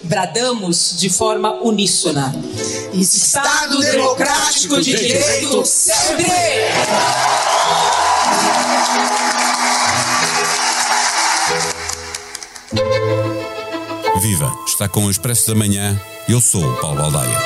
bradamos de forma uníssona: Estado Democrático de Direito sempre! Viva! Está com o Expresso da Manhã. Eu sou o Paulo Baldaia.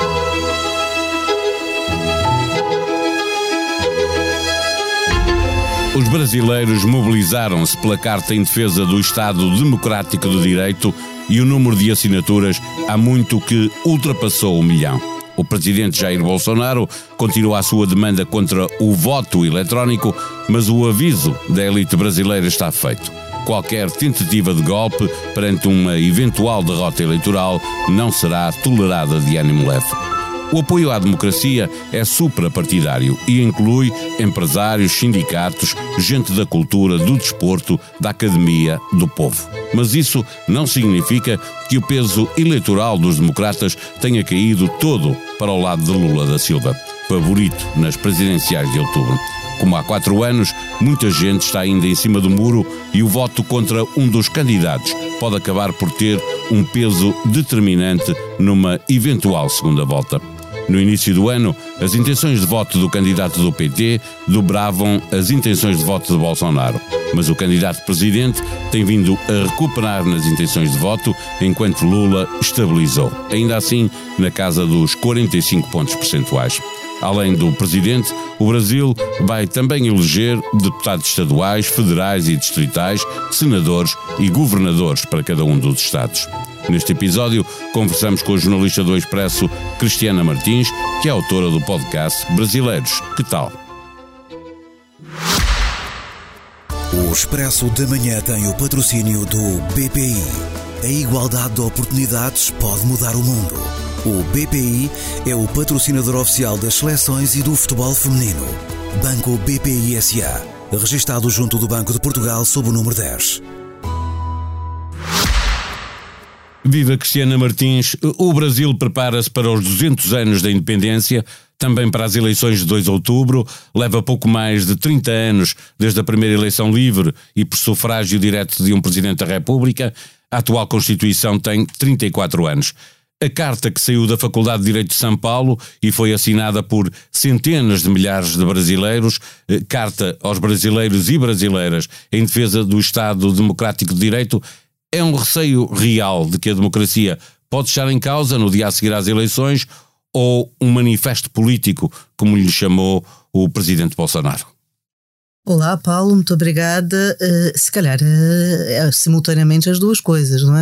Os brasileiros mobilizaram-se pela Carta em Defesa do Estado Democrático de Direito e o número de assinaturas há muito que ultrapassou 1 milhão. O presidente Jair Bolsonaro continua a sua demanda contra o voto eletrónico, mas o aviso da elite brasileira está feito. Qualquer tentativa de golpe perante uma eventual derrota eleitoral não será tolerada de ânimo leve. O apoio à democracia é suprapartidário e inclui empresários, sindicatos, gente da cultura, do desporto, da academia, do povo. Mas isso não significa que o peso eleitoral dos democratas tenha caído todo para o lado de Lula da Silva, favorito nas presidenciais de outubro. Como há 4 anos, muita gente está ainda em cima do muro e o voto contra um dos candidatos pode acabar por ter um peso determinante numa eventual segunda volta. No início do ano, as intenções de voto do candidato do PT dobravam as intenções de voto de Bolsonaro, mas o candidato presidente tem vindo a recuperar nas intenções de voto, enquanto Lula estabilizou, ainda assim na casa dos 45 pontos percentuais. Além do presidente, o Brasil vai também eleger deputados estaduais, federais e distritais, senadores e governadores para cada um dos estados. Neste episódio, conversamos com a jornalista do Expresso, Cristiana Martins, que é autora do podcast Brasileiros. Que tal? O Expresso da Manhã tem o patrocínio do BPI. A igualdade de oportunidades pode mudar o mundo. O BPI é o patrocinador oficial das seleções e do futebol feminino. Banco BPI S.A. Registado junto do Banco de Portugal sob o número 10. Viva Cristiana Martins. O Brasil prepara-se para os 200 anos da independência, também para as eleições de 2 de outubro. Leva pouco mais de 30 anos desde a primeira eleição livre e por sufrágio direto de um Presidente da República. A atual Constituição tem 34 anos. A carta que saiu da Faculdade de Direito de São Paulo e foi assinada por centenas de milhares de brasileiros, carta aos brasileiros e brasileiras em defesa do Estado Democrático de Direito, é um receio real de que a democracia pode estar em causa no dia a seguir às eleições, ou um manifesto político, como lhe chamou o presidente Bolsonaro? Olá, Paulo, muito obrigada. Se calhar simultaneamente as duas coisas, não é?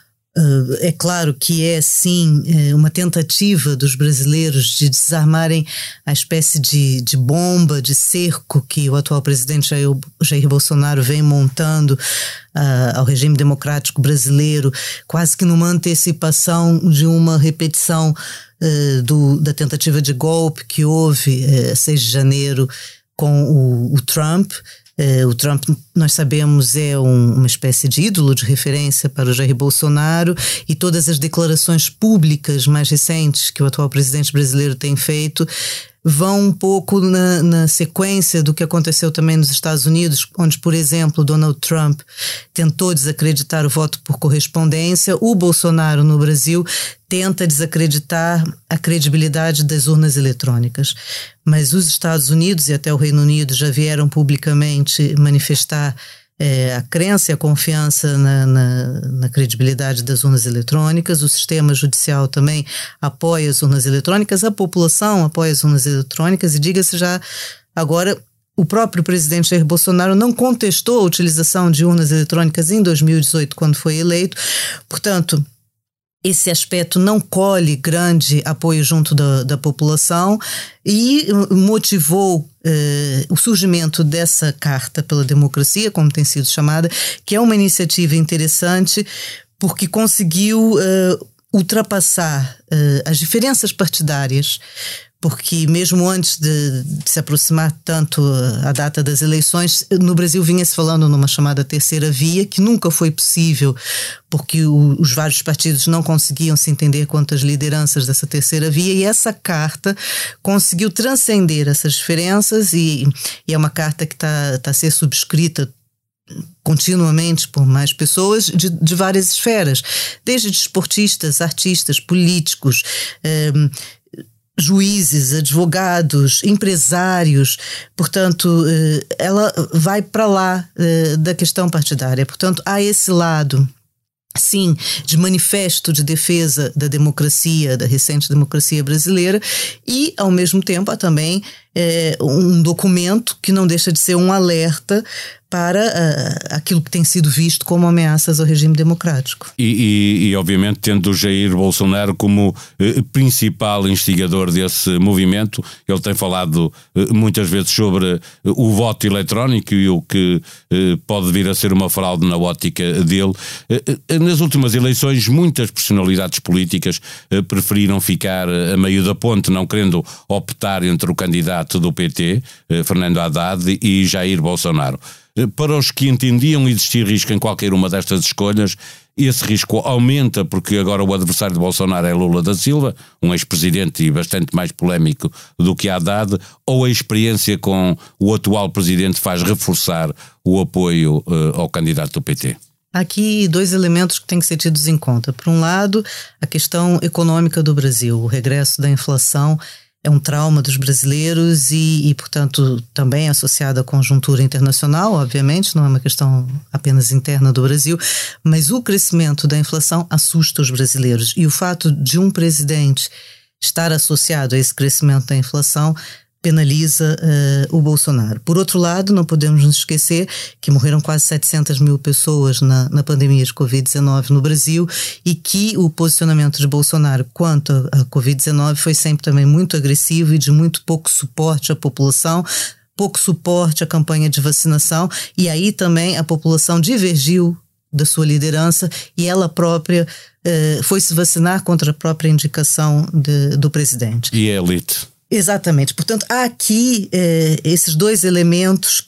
É claro que é, sim, uma tentativa dos brasileiros de desarmarem a espécie de bomba, de cerco que o atual presidente Jair Bolsonaro vem montando ao regime democrático brasileiro, quase que numa antecipação de uma repetição da tentativa de golpe que houve 6 de janeiro com o Trump. O Trump, nós sabemos, é uma espécie de ídolo de referência para o Jair Bolsonaro, e todas as declarações públicas mais recentes que o atual presidente brasileiro tem feito vão um pouco na sequência do que aconteceu também nos Estados Unidos, onde, por exemplo, Donald Trump tentou desacreditar o voto por correspondência. O Bolsonaro, no Brasil, tenta desacreditar a credibilidade das urnas eletrônicas. Mas os Estados Unidos e até o Reino Unido já vieram publicamente manifestar a crença e a confiança na credibilidade das urnas eletrônicas. O sistema judicial também apoia as urnas eletrônicas, a população apoia as urnas eletrônicas, e diga-se já agora, o próprio presidente Jair Bolsonaro não contestou a utilização de urnas eletrônicas em 2018, quando foi eleito. Portanto, esse aspecto não colhe grande apoio junto da população e motivou o surgimento dessa Carta pela Democracia, como tem sido chamada, que é uma iniciativa interessante porque conseguiu ultrapassar as diferenças partidárias, porque mesmo antes de se aproximar tanto a data das eleições, no Brasil vinha-se falando numa chamada terceira via, que nunca foi possível, porque os vários partidos não conseguiam se entender quanto às lideranças dessa terceira via, e essa carta conseguiu transcender essas diferenças, e é uma carta que está a ser subscrita continuamente por mais pessoas de várias esferas, desde desportistas, artistas, políticos, juízes, advogados, empresários. Portanto, ela vai para lá da questão partidária. Portanto, há esse lado, sim, de manifesto de defesa da democracia, da recente democracia brasileira, e, ao mesmo tempo, há também um documento que não deixa de ser um alerta para aquilo que tem sido visto como ameaças ao regime democrático. E obviamente, tendo o Jair Bolsonaro como principal instigador desse movimento, ele tem falado muitas vezes sobre o voto eletrónico e o que pode vir a ser uma fraude na ótica dele. Nas últimas eleições, muitas personalidades políticas preferiram ficar a meio da ponte, não querendo optar entre o candidato do PT, Fernando Haddad, e Jair Bolsonaro. Para os que entendiam existir risco em qualquer uma destas escolhas, esse risco aumenta porque agora o adversário de Bolsonaro é Lula da Silva, um ex-presidente e bastante mais polémico do que Haddad, ou a experiência com o atual presidente faz reforçar o apoio ao candidato do PT? Há aqui dois elementos que têm que ser tidos em conta. Por um lado, a questão econômica do Brasil, o regresso da inflação é um trauma dos brasileiros e, portanto, também associado à conjuntura internacional, obviamente, não é uma questão apenas interna do Brasil, mas o crescimento da inflação assusta os brasileiros. E o fato de um presidente estar associado a esse crescimento da inflação penaliza o Bolsonaro. Por outro lado, não podemos nos esquecer que morreram quase 700 mil pessoas na pandemia de Covid-19 no Brasil e que o posicionamento de Bolsonaro quanto à Covid-19 foi sempre também muito agressivo e de muito pouco suporte à população, pouco suporte à campanha de vacinação, e aí também a população divergiu da sua liderança e ela própria foi se vacinar contra a própria indicação do presidente. E a elite? Exatamente. Portanto, há aqui esses dois elementos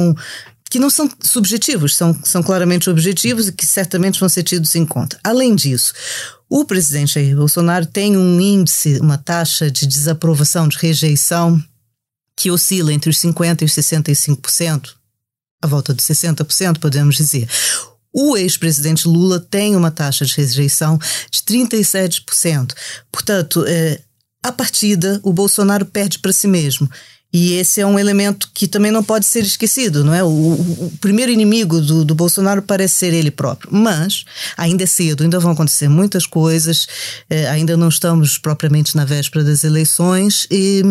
que não são subjetivos, são claramente objetivos e que certamente vão ser tidos em conta. Além disso, o presidente Jair Bolsonaro tem um índice, uma taxa de desaprovação, de rejeição, que oscila entre os 50% e os 65%, à volta de 60%, podemos dizer. O ex-presidente Lula tem uma taxa de rejeição de 37%. Portanto, à partida, o Bolsonaro perde para si mesmo. E esse é um elemento que também não pode ser esquecido, não é? O primeiro inimigo do Bolsonaro parece ser ele próprio. Mas ainda é cedo, ainda vão acontecer muitas coisas, ainda não estamos propriamente na véspera das eleições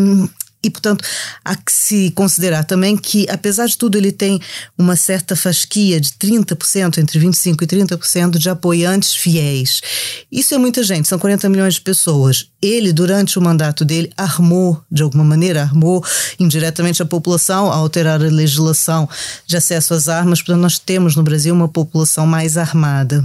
e, portanto, há que se considerar também que, apesar de tudo, ele tem uma certa fasquia de 30%, entre 25% e 30% de apoiantes fiéis. Isso é muita gente, são 40 milhões de pessoas. Ele, durante o mandato dele, armou indiretamente a população ao alterar a legislação de acesso às armas. Portanto, nós temos no Brasil uma população mais armada.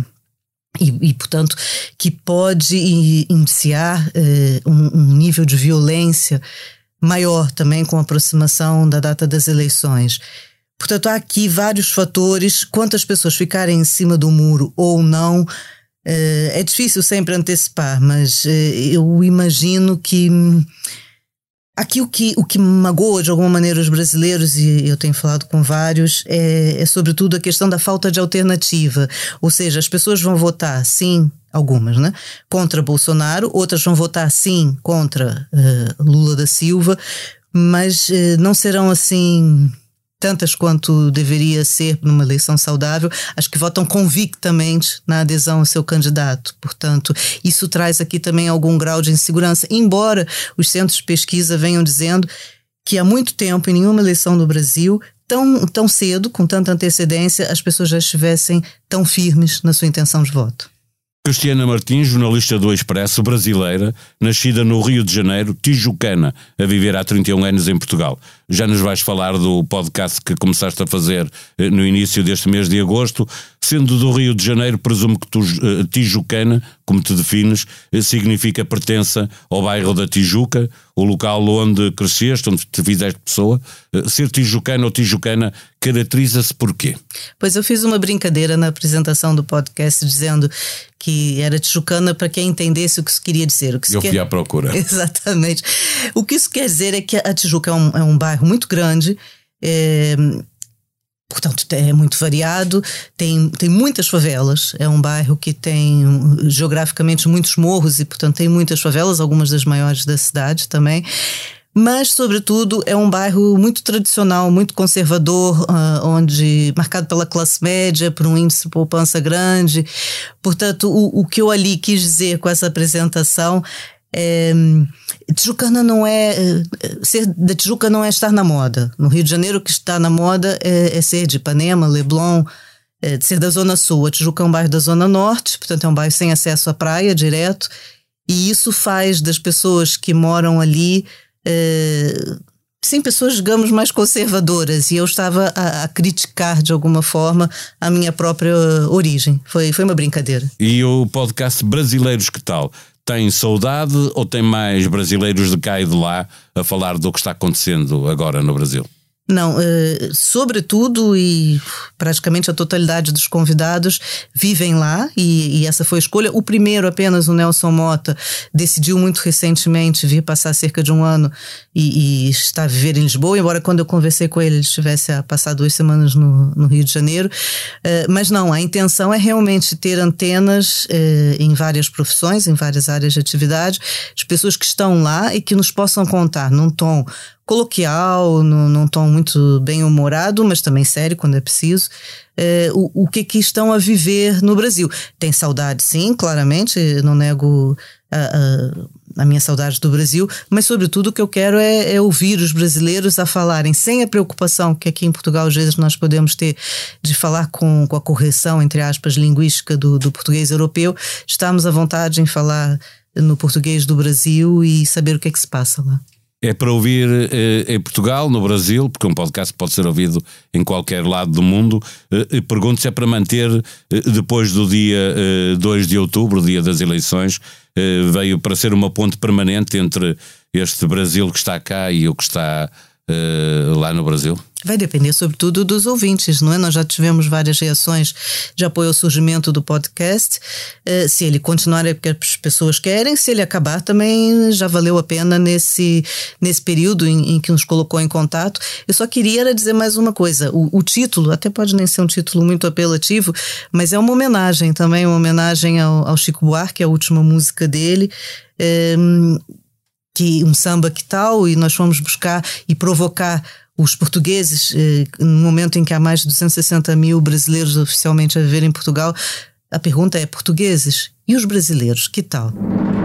E, portanto, que pode iniciar um nível de violência maior também com a aproximação da data das eleições. Portanto, há aqui vários fatores. Quantas pessoas ficarem em cima do muro ou não, é difícil sempre antecipar, mas eu imagino que aqui o que magoa de alguma maneira os brasileiros, e eu tenho falado com vários, é sobretudo a questão da falta de alternativa. Ou seja, as pessoas vão votar sim, algumas, né, contra Bolsonaro, outras vão votar sim contra Lula da Silva, mas não serão assim tantas quanto deveria ser numa eleição saudável, as que votam convictamente na adesão ao seu candidato. Portanto, isso traz aqui também algum grau de insegurança, embora os centros de pesquisa venham dizendo que há muito tempo, em nenhuma eleição do Brasil, tão cedo, com tanta antecedência, as pessoas já estivessem tão firmes na sua intenção de voto. Cristiana Martins, jornalista do Expresso, brasileira, nascida no Rio de Janeiro, tijucana, a viver há 31 anos em Portugal. Já nos vais falar do podcast que começaste a fazer no início deste mês de agosto. Sendo do Rio de Janeiro, presumo que tu, tijucana, como te defines, significa pertença ao bairro da Tijuca, o local onde cresceste, onde te fizeste pessoa. Ser tijucana ou tijucana caracteriza-se por quê? Pois eu fiz uma brincadeira na apresentação do podcast dizendo que era tijucana para quem entendesse o que isso queria dizer. Eu fui à procura. Exatamente. O que isso quer dizer é que a Tijuca é um bairro muito grande, Portanto, é muito variado, tem muitas favelas, é um bairro que tem geograficamente muitos morros e, portanto, tem muitas favelas, algumas das maiores da cidade também. Mas, sobretudo, é um bairro muito tradicional, muito conservador, marcado pela classe média, por um índice de poupança grande. Portanto, o que eu ali quis dizer com essa apresentação Tijucana não é ser da Tijuca não é estar na moda. No Rio de Janeiro, o que está na moda é ser de Ipanema, Leblon, de ser da Zona Sul. A Tijuca é um bairro da Zona Norte, portanto é um bairro sem acesso à praia direto, e isso faz das pessoas que moram ali sim, pessoas, digamos, mais conservadoras, e eu estava a criticar de alguma forma a minha própria origem. Foi uma brincadeira. E o podcast Brasileiros Que Tal? Tem saudade ou tem mais brasileiros de cá e de lá a falar do que está acontecendo agora no Brasil? Não, sobretudo e praticamente a totalidade dos convidados vivem lá e essa foi a escolha. O primeiro, apenas o Nelson Mota, decidiu muito recentemente vir passar cerca de um ano e está a viver em Lisboa, embora quando eu conversei com ele estivesse a passar 2 semanas no Rio de Janeiro. Mas não, a intenção é realmente ter antenas em várias profissões, em várias áreas de atividade, as pessoas que estão lá e que nos possam contar num tom coloquial, num tom muito bem-humorado, mas também sério quando é preciso, o que estão a viver no Brasil. Tem saudade, sim, claramente, não nego a minha saudade do Brasil, mas sobretudo o que eu quero é ouvir os brasileiros a falarem sem a preocupação que aqui em Portugal às vezes nós podemos ter de falar com a correção, entre aspas, linguística do português europeu. Estamos à vontade em falar no português do Brasil e saber o que é que se passa lá. É para ouvir em Portugal, no Brasil, porque um podcast pode ser ouvido em qualquer lado do mundo. Pergunto se é para manter, depois do dia 2 de outubro, dia das eleições, veio para ser uma ponte permanente entre este Brasil que está cá e o que está lá no Brasil? Vai depender sobretudo dos ouvintes, não é? Nós já tivemos várias reações de apoio ao surgimento do podcast. Se ele continuar é porque as pessoas querem, se ele acabar também já valeu a pena nesse período em que nos colocou em contato. Eu só queria dizer mais uma coisa, o título, até pode nem ser um título muito apelativo, mas é uma homenagem também, uma homenagem ao Chico Buarque, a última música dele, que um samba que tal, e nós fomos buscar e provocar os portugueses, no momento em que há mais de 260 mil brasileiros oficialmente a viver em Portugal. A pergunta é: portugueses e os brasileiros, que tal?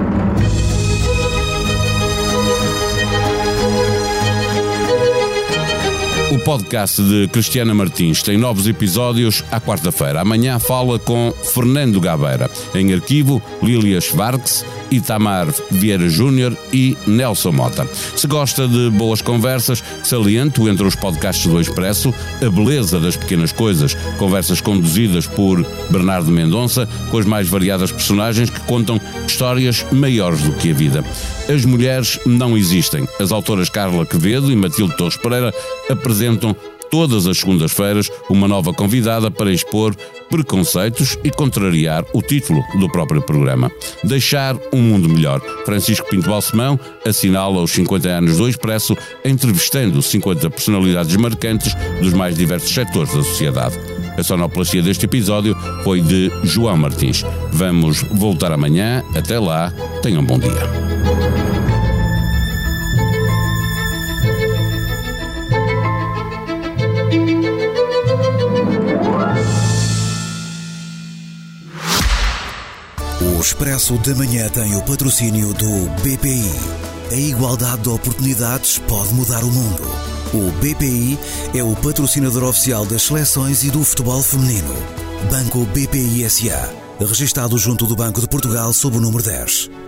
O podcast de Cristiana Martins tem novos episódios à quarta-feira. Amanhã fala com Fernando Gabeira. Em arquivo, Lília Schwartz, Itamar Vieira Júnior e Nelson Mota. Se gosta de boas conversas, saliento entre os podcasts do Expresso A Beleza das Pequenas Coisas, conversas conduzidas por Bernardo Mendonça, com as mais variadas personagens que contam histórias maiores do que a vida. As mulheres não existem. As autoras Carla Quevedo e Matilde Torres Pereira apresentam todas as segundas-feiras uma nova convidada para expor preconceitos e contrariar o título do próprio programa. Deixar um mundo melhor. Francisco Pinto Balsemão assinala os 50 anos do Expresso, entrevistando 50 personalidades marcantes dos mais diversos setores da sociedade. A sonoplastia deste episódio foi de João Martins. Vamos voltar amanhã. Até lá, tenham um bom dia. O Expresso da Manhã tem o patrocínio do BPI. A igualdade de oportunidades pode mudar o mundo. O BPI é o patrocinador oficial das seleções e do futebol feminino. Banco BPI S.A. Registado junto do Banco de Portugal sob o número 10.